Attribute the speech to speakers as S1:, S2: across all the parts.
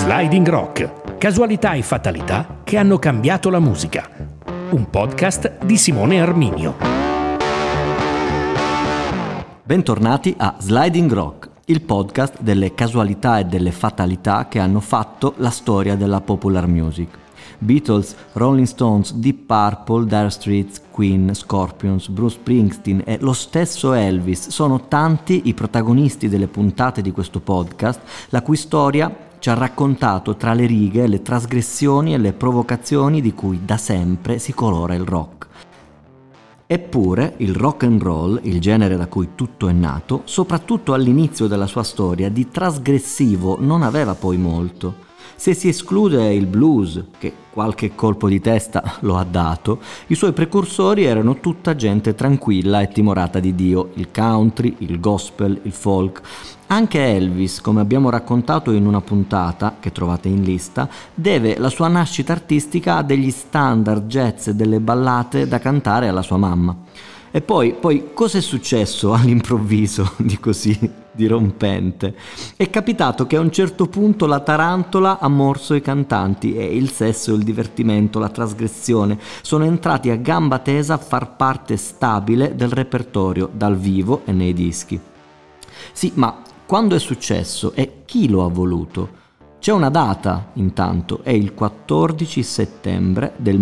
S1: Sliding Rock, casualità e fatalità che hanno cambiato la musica. Un podcast di Simone Arminio.
S2: Bentornati a Sliding Rock, il podcast delle casualità e delle fatalità che hanno fatto la storia della popular music. Beatles, Rolling Stones, Deep Purple, Dire Straits, Queen, Scorpions, Bruce Springsteen e lo stesso Elvis sono tanti i protagonisti delle puntate di questo podcast, la cui storia ci ha raccontato tra le righe le trasgressioni e le provocazioni di cui da sempre si colora il rock. Eppure il rock and roll, il genere da cui tutto è nato, soprattutto all'inizio della sua storia, di trasgressivo non aveva poi molto. Se si esclude il blues, che qualche colpo di testa lo ha dato, i suoi precursori erano tutta gente tranquilla e timorata di Dio, il country, il gospel, il folk. Anche Elvis, come abbiamo raccontato in una puntata, che trovate in lista, deve la sua nascita artistica a degli standard jazz e delle ballate da cantare alla sua mamma. E poi cosa è successo all'improvviso di così dirompente? È capitato che a un certo punto la tarantola ha morso i cantanti e il sesso, il divertimento, la trasgressione sono entrati a gamba tesa a far parte stabile del repertorio dal vivo e nei dischi. Sì, ma quando è successo e chi lo ha voluto? C'è una data, intanto, è il 14 settembre del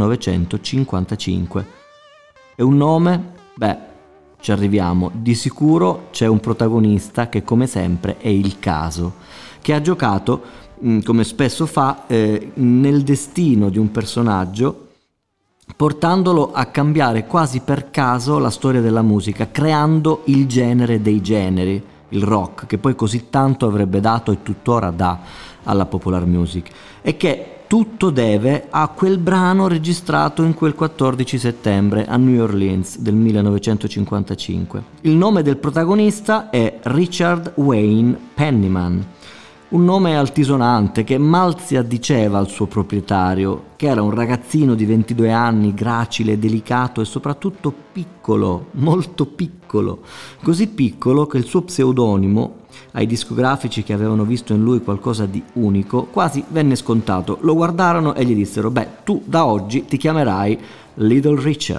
S2: 1955. E un nome? Beh, ci arriviamo. Di sicuro c'è un protagonista che, come sempre, è il caso, che ha giocato, come spesso fa, nel destino di un personaggio, portandolo a cambiare quasi per caso la storia della musica, creando il genere dei generi, il rock, che poi così tanto avrebbe dato e tuttora dà alla popular music, e che tutto deve a quel brano registrato in quel 14 settembre a New Orleans del 1955. Il nome del protagonista è Richard Wayne Penniman, un nome altisonante che mal si addiceva al suo proprietario, che era un ragazzino di 22 anni, gracile, delicato e soprattutto piccolo, molto piccolo, così piccolo che il suo pseudonimo, ai discografici che avevano visto in lui qualcosa di unico, quasi venne scontato. Lo guardarono e gli dissero: beh, tu da oggi ti chiamerai Little Richard.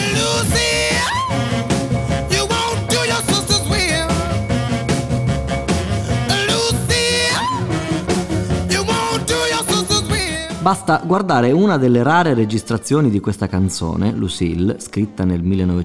S2: Basta guardare una delle rare registrazioni di questa canzone, Lucille, scritta nel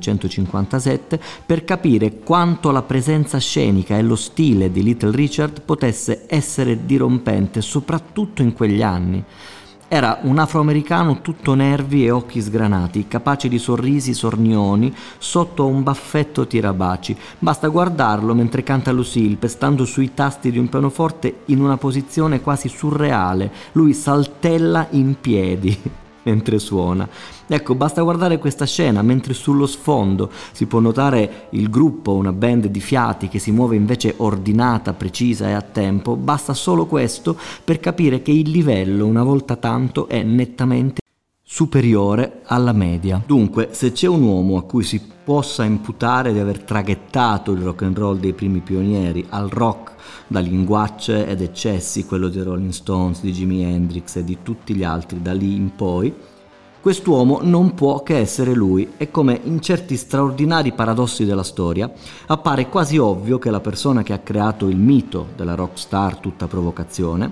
S2: 1957, per capire quanto la presenza scenica e lo stile di Little Richard potesse essere dirompente, soprattutto in quegli anni. Era un afroamericano tutto nervi e occhi sgranati, capace di sorrisi sornioni sotto un baffetto tirabaci. Basta guardarlo mentre canta Lucille, pestando sui tasti di un pianoforte in una posizione quasi surreale. Lui saltella in piedi mentre suona. Ecco, basta guardare questa scena mentre sullo sfondo si può notare il gruppo, una band di fiati che si muove invece ordinata, precisa e a tempo. Basta solo questo per capire che il livello, una volta tanto, è nettamente superiore alla media. Dunque, se c'è un uomo a cui si possa imputare di aver traghettato il rock and roll dei primi pionieri al rock da linguacce ed eccessi, quello dei Rolling Stones, di Jimi Hendrix e di tutti gli altri da lì in poi, quest'uomo non può che essere lui, e come in certi straordinari paradossi della storia appare quasi ovvio che la persona che ha creato il mito della rockstar tutta provocazione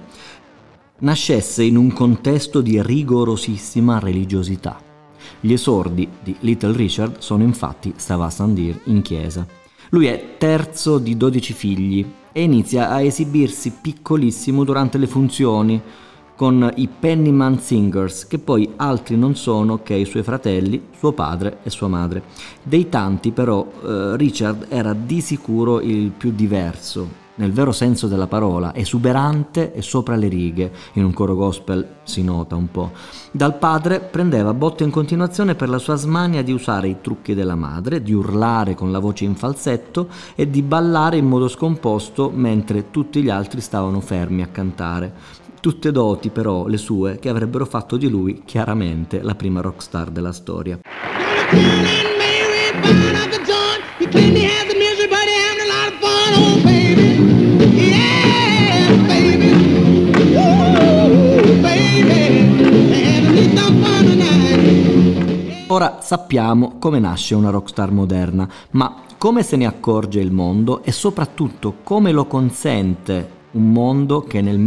S2: nascesse in un contesto di rigorosissima religiosità. Gli esordi di Little Richard sono infatti Sava Sandir in chiesa. Lui è terzo di 12 figli e inizia a esibirsi piccolissimo durante le funzioni con i Penniman Singers, che poi altri non sono che i suoi fratelli, suo padre e sua madre. Dei tanti però Richard era di sicuro il più diverso, nel vero senso della parola, esuberante e sopra le righe. In un coro gospel si nota un po'. Dal padre prendeva botte in continuazione per la sua smania di usare i trucchi della madre, di urlare con la voce in falsetto e di ballare in modo scomposto mentre tutti gli altri stavano fermi a cantare. Tutte doti però le sue che avrebbero fatto di lui chiaramente la prima rockstar della storia. Yeah, baby. Ora sappiamo come nasce una rockstar moderna, ma come se ne accorge il mondo e soprattutto come lo consente un mondo che nel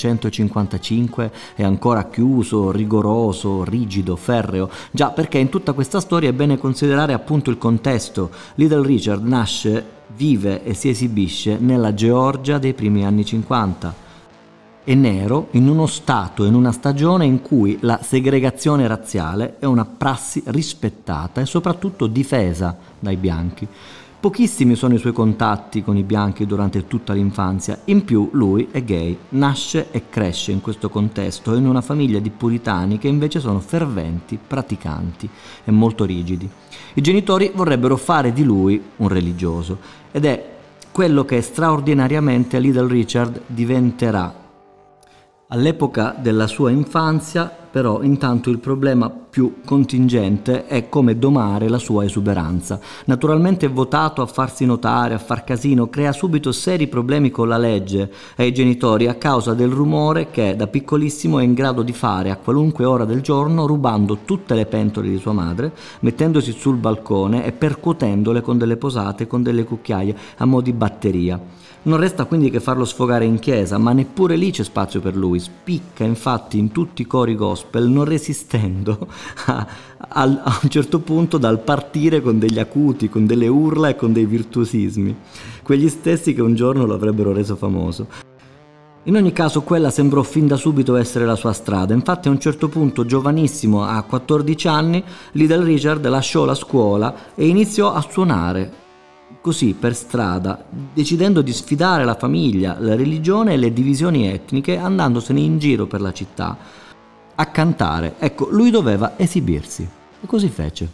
S2: 1955 è ancora chiuso, rigoroso, rigido, ferreo. Già, perché in tutta questa storia è bene considerare appunto il contesto. Little Richard nasce, vive e si esibisce nella Georgia dei primi anni 50. È nero in uno stato, in una stagione in cui la segregazione razziale è una prassi rispettata e soprattutto difesa dai bianchi. Pochissimi sono i suoi contatti con i bianchi durante tutta l'infanzia, in più lui è gay, nasce e cresce in questo contesto in una famiglia di puritani che invece sono ferventi, praticanti e molto rigidi. I genitori vorrebbero fare di lui un religioso ed è quello che straordinariamente Little Richard diventerà. All'epoca della sua infanzia, però, intanto il problema più contingente è come domare la sua esuberanza. Naturalmente votato a farsi notare, a far casino, crea subito seri problemi con la legge e i genitori a causa del rumore che da piccolissimo è in grado di fare a qualunque ora del giorno, rubando tutte le pentole di sua madre, mettendosi sul balcone e percuotendole con delle posate, con delle cucchiaie a mo' di batteria. Non resta quindi che farlo sfogare in chiesa, ma neppure lì c'è spazio per lui. Spicca infatti in tutti i cori gospel, non resistendo a un certo punto dal partire con degli acuti, con delle urla e con dei virtuosismi, quegli stessi che un giorno lo avrebbero reso famoso. In ogni caso quella sembrò fin da subito essere la sua strada. Infatti a un certo punto, giovanissimo, a 14 anni, Little Richard lasciò la scuola e iniziò a suonare. Così per strada, decidendo di sfidare la famiglia, la religione e le divisioni etniche, andandosene in giro per la città a cantare. Ecco, lui doveva esibirsi e così fece.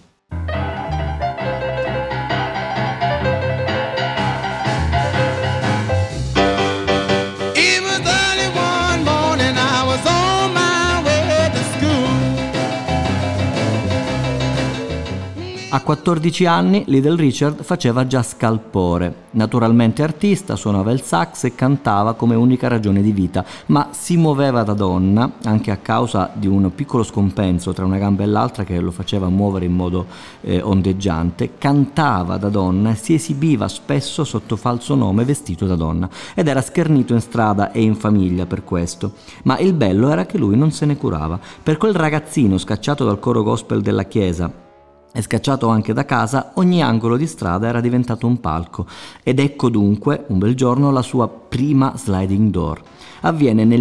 S2: A 14 anni Little Richard faceva già scalpore. Naturalmente artista, suonava il sax e cantava come unica ragione di vita, ma si muoveva da donna anche a causa di un piccolo scompenso tra una gamba e l'altra che lo faceva muovere in modo ondeggiante. Cantava da donna e si esibiva spesso sotto falso nome vestito da donna ed era schernito in strada e in famiglia per questo. Ma il bello era che lui non se ne curava. Per quel ragazzino scacciato dal coro gospel della chiesa e scacciato anche da casa, ogni angolo di strada era diventato un palco. Ed ecco dunque, un bel giorno, la sua prima sliding door. Avviene nel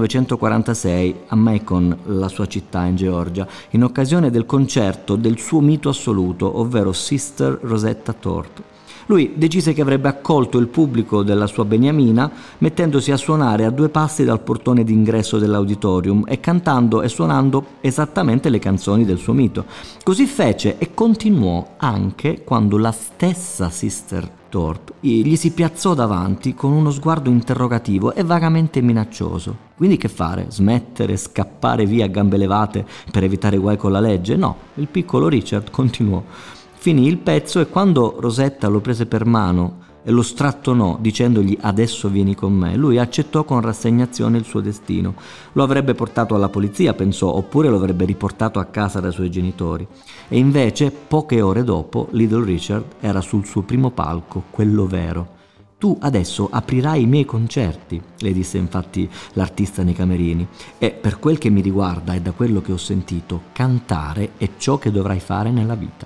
S2: 1946 a Macon, la sua città in Georgia, in occasione del concerto del suo mito assoluto, ovvero Sister Rosetta Tharpe. Lui decise che avrebbe accolto il pubblico della sua beniamina mettendosi a suonare a 2 passi dal portone d'ingresso dell'auditorium e cantando e suonando esattamente le canzoni del suo mito. Così fece e continuò anche quando la stessa Sister Tharpe gli si piazzò davanti con uno sguardo interrogativo e vagamente minaccioso. Quindi che fare? Smettere, scappare via a gambe levate per evitare guai con la legge? No, il piccolo Richard continuò. Finì il pezzo e quando Rosetta lo prese per mano e lo strattonò dicendogli "adesso vieni con me", lui accettò con rassegnazione il suo destino. Lo avrebbe portato alla polizia, pensò, oppure lo avrebbe riportato a casa dai suoi genitori. E invece, poche ore dopo, Little Richard era sul suo primo palco, quello vero. "Tu adesso aprirai i miei concerti", le disse infatti l'artista nei camerini, "e per quel che mi riguarda e da quello che ho sentito, cantare è ciò che dovrai fare nella vita".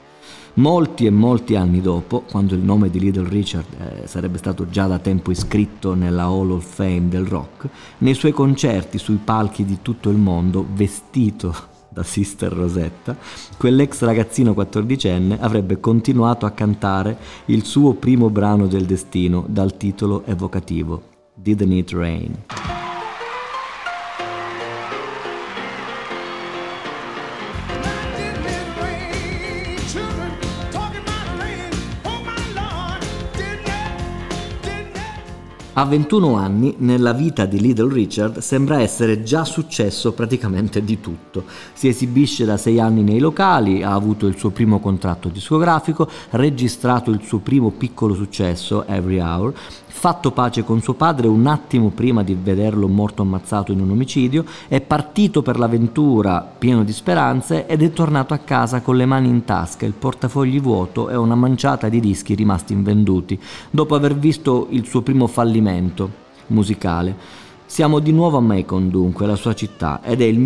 S2: Molti e molti anni dopo, quando il nome di Little Richard sarebbe stato già da tempo iscritto nella Hall of Fame del rock, nei suoi concerti sui palchi di tutto il mondo, vestito da Sister Rosetta, quell'ex ragazzino 14enne avrebbe continuato a cantare il suo primo brano del destino dal titolo evocativo Didn't It Rain? A 21 anni, nella vita di Little Richard sembra essere già successo praticamente di tutto. Si esibisce da 6 anni nei locali, ha avuto il suo primo contratto discografico, registrato il suo primo piccolo successo, Every Hour, fatto pace con suo padre un attimo prima di vederlo morto ammazzato in un omicidio, è partito per l'avventura pieno di speranze ed è tornato a casa con le mani in tasca, il portafogli vuoto e una manciata di dischi rimasti invenduti, dopo aver visto il suo primo fallimento musicale. Siamo di nuovo a Macon dunque, la sua città, ed è il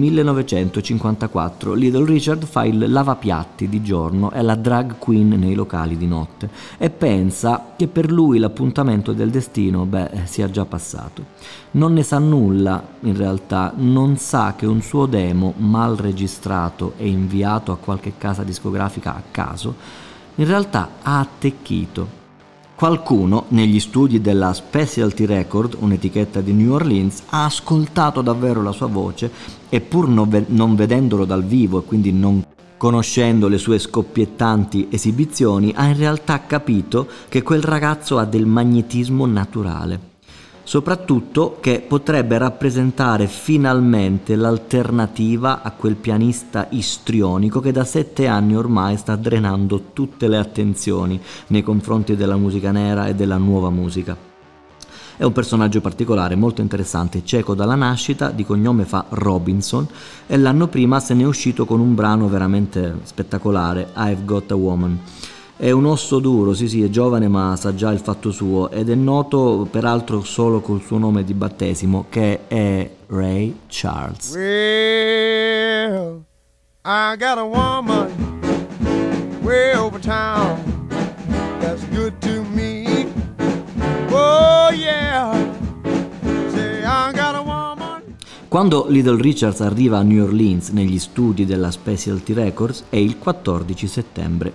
S2: 1954. Little Richard fa il lavapiatti di giorno e la drag queen nei locali di notte e pensa che per lui l'appuntamento del destino, sia già passato. Non ne sa nulla, in realtà, non sa che un suo demo mal registrato e inviato a qualche casa discografica a caso, in realtà ha attecchito. Qualcuno negli studi della Specialty Record, un'etichetta di New Orleans, ha ascoltato davvero la sua voce e pur non vedendolo dal vivo e quindi non conoscendo le sue scoppiettanti esibizioni, ha in realtà capito che quel ragazzo ha del magnetismo naturale. Soprattutto che potrebbe rappresentare finalmente l'alternativa a quel pianista istrionico che da 7 anni ormai sta drenando tutte le attenzioni nei confronti della musica nera e della nuova musica. È un personaggio particolare, molto interessante, ceco dalla nascita, di cognome fa Robinson, e l'anno prima se ne è uscito con un brano veramente spettacolare, I've Got a Woman. È un osso duro, sì, è giovane ma sa già il fatto suo ed è noto peraltro solo col suo nome di battesimo, che è Ray Charles.
S3: Well, I got a woman way over town that's good to me. Oh yeah, say I got a woman.
S2: Quando Little Richards arriva a New Orleans negli studi della Specialty Records è il 14 settembre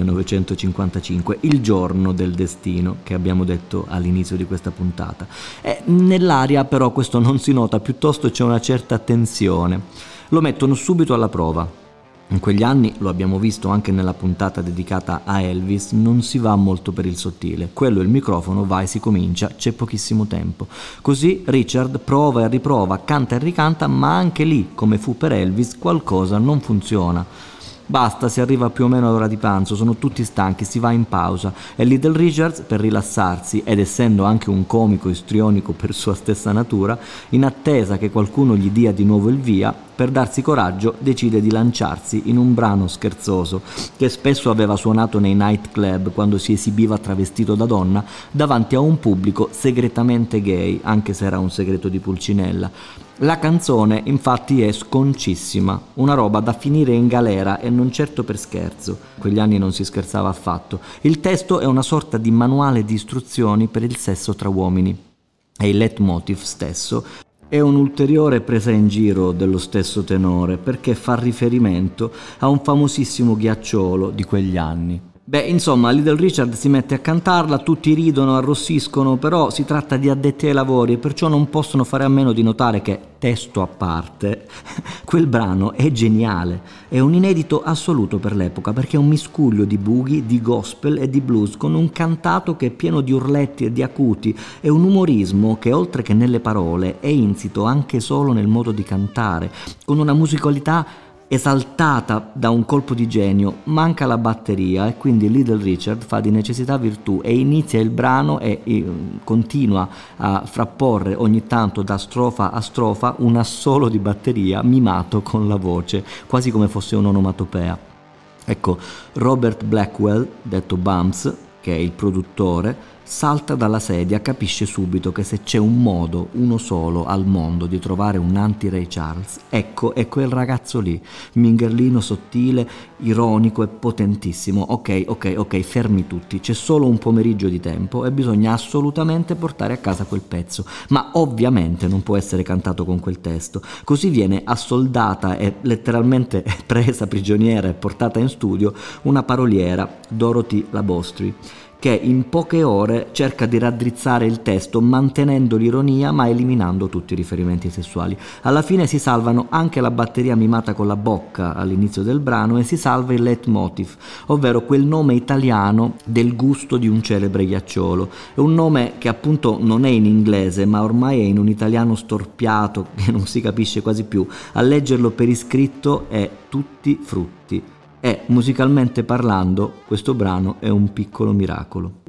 S2: 1955, il giorno del destino che abbiamo detto all'inizio di questa puntata. Nell'aria però questo non si nota, piuttosto c'è una certa tensione. Lo mettono subito alla prova. In quegli anni, lo abbiamo visto anche nella puntata dedicata a Elvis, non si va molto per il sottile. Quello è il microfono, vai, si comincia, c'è pochissimo tempo. Così Richard prova e riprova, canta e ricanta, ma anche lì, come fu per Elvis, qualcosa non funziona. Basta, si arriva più o meno all'ora di pranzo, sono tutti stanchi, si va in pausa e Little Richards, per rilassarsi ed essendo anche un comico istrionico per sua stessa natura, in attesa che qualcuno gli dia di nuovo il via, per darsi coraggio decide di lanciarsi in un brano scherzoso che spesso aveva suonato nei nightclub quando si esibiva travestito da donna davanti a un pubblico segretamente gay, anche se era un segreto di Pulcinella. La canzone infatti è sconcissima, una roba da finire in galera e non certo per scherzo. In quegli anni non si scherzava affatto. Il testo è una sorta di manuale di istruzioni per il sesso tra uomini e il leitmotiv stesso è un'ulteriore presa in giro dello stesso tenore perché fa riferimento a un famosissimo ghiacciolo di quegli anni. Insomma, Little Richard si mette a cantarla, tutti ridono, arrossiscono, però si tratta di addetti ai lavori e perciò non possono fare a meno di notare che, testo a parte, quel brano è geniale, è un inedito assoluto per l'epoca perché è un miscuglio di boogie, di gospel e di blues con un cantato che è pieno di urletti e di acuti e un umorismo che oltre che nelle parole è insito anche solo nel modo di cantare, con una musicalità esaltata da un colpo di genio. Manca la batteria e quindi Little Richard fa di necessità virtù e inizia il brano e continua a frapporre ogni tanto da strofa a strofa un assolo di batteria mimato con la voce, quasi come fosse un'onomatopea. Ecco, Robert Blackwell, detto Bumps, che è il produttore, salta dalla sedia, capisce subito che se c'è un modo, uno solo al mondo di trovare un anti-Ray Charles, ecco, è quel ragazzo lì, mingherlino, sottile, ironico e potentissimo. Ok, fermi tutti, c'è solo un pomeriggio di tempo e bisogna assolutamente portare a casa quel pezzo, ma ovviamente non può essere cantato con quel testo. Così viene assoldata e letteralmente presa prigioniera e portata in studio una paroliera, Dorothy Labostri, che in poche ore cerca di raddrizzare il testo mantenendo l'ironia ma eliminando tutti i riferimenti sessuali. Alla fine si salvano anche la batteria mimata con la bocca all'inizio del brano e si salva il leitmotiv, ovvero quel nome italiano del gusto di un celebre ghiacciolo. È un nome che appunto non è in inglese ma ormai è in un italiano storpiato che non si capisce quasi più. A leggerlo per iscritto è Tutti Frutti. E musicalmente parlando, questo brano è un piccolo miracolo.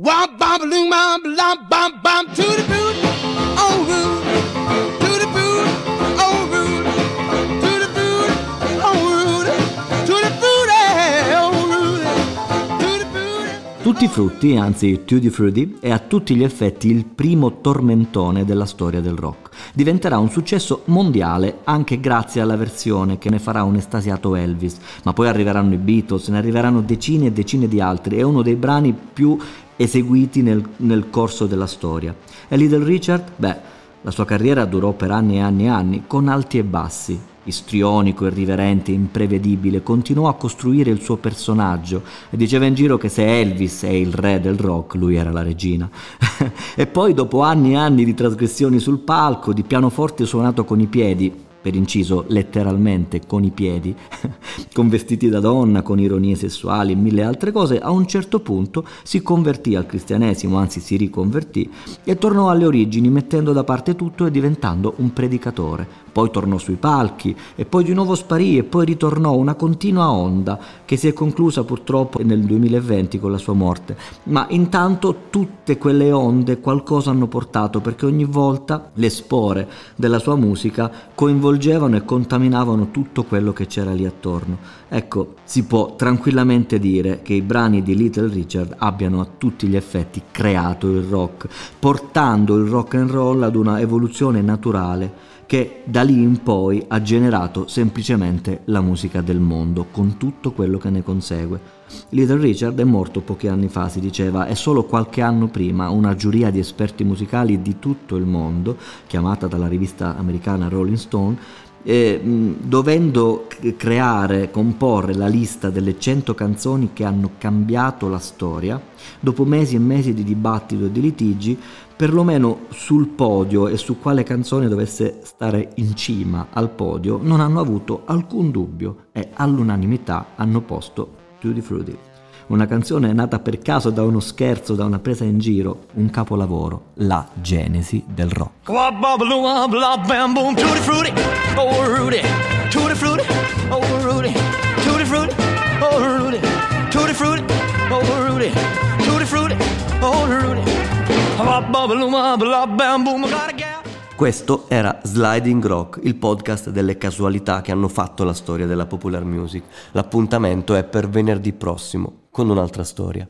S3: bam bam bam bam to the boot, oh root, to the boot, oh root, to the boot, oh root, to the boot, oh root, to the boot.
S2: Tutti frutti, anzi Tutti Frutti, è a tutti gli effetti il primo tormentone della storia del rock. Diventerà un successo mondiale anche grazie alla versione che ne farà un estasiato Elvis, ma poi arriveranno i Beatles, ne arriveranno decine e decine di altri, è uno dei brani più eseguiti nel corso della storia. E Little Richard? La sua carriera durò per anni e anni e anni, con alti e bassi. Istrionico, irriverente, imprevedibile, continuò a costruire il suo personaggio e diceva in giro che se Elvis è il re del rock, lui era la regina. E poi, dopo anni e anni di trasgressioni sul palco, di pianoforte suonato con i piedi, per inciso letteralmente con i piedi, con vestiti da donna, con ironie sessuali e mille altre cose, a un certo punto si convertì al cristianesimo, anzi si riconvertì, e tornò alle origini mettendo da parte tutto e diventando un predicatore. Poi tornò sui palchi e poi di nuovo sparì e poi ritornò, una continua onda che si è conclusa purtroppo nel 2020 con la sua morte. Ma intanto tutte quelle onde qualcosa hanno portato, perché ogni volta le spore della sua musica coinvolgevano e contaminavano tutto quello che c'era lì attorno. Ecco, si può tranquillamente dire che i brani di Little Richard abbiano a tutti gli effetti creato il rock, portando il rock and roll ad una evoluzione naturale che da lì in poi ha generato semplicemente la musica del mondo, con tutto quello che ne consegue. Little Richard è morto pochi anni fa, si diceva, e solo qualche anno prima una giuria di esperti musicali di tutto il mondo, chiamata dalla rivista americana Rolling Stone, dovendo comporre la lista delle 100 canzoni che hanno cambiato la storia, dopo mesi e mesi di dibattito e di litigi, perlomeno sul podio e su quale canzone dovesse stare in cima al podio, non hanno avuto alcun dubbio e all'unanimità hanno posto Tutti Frutti. Una canzone nata per caso da uno scherzo, da una presa in giro, un capolavoro, la genesi del rock. Questo era Sliding Rock, il podcast delle casualità che hanno fatto la storia della popular music. L'appuntamento è per venerdì prossimo con un'altra storia.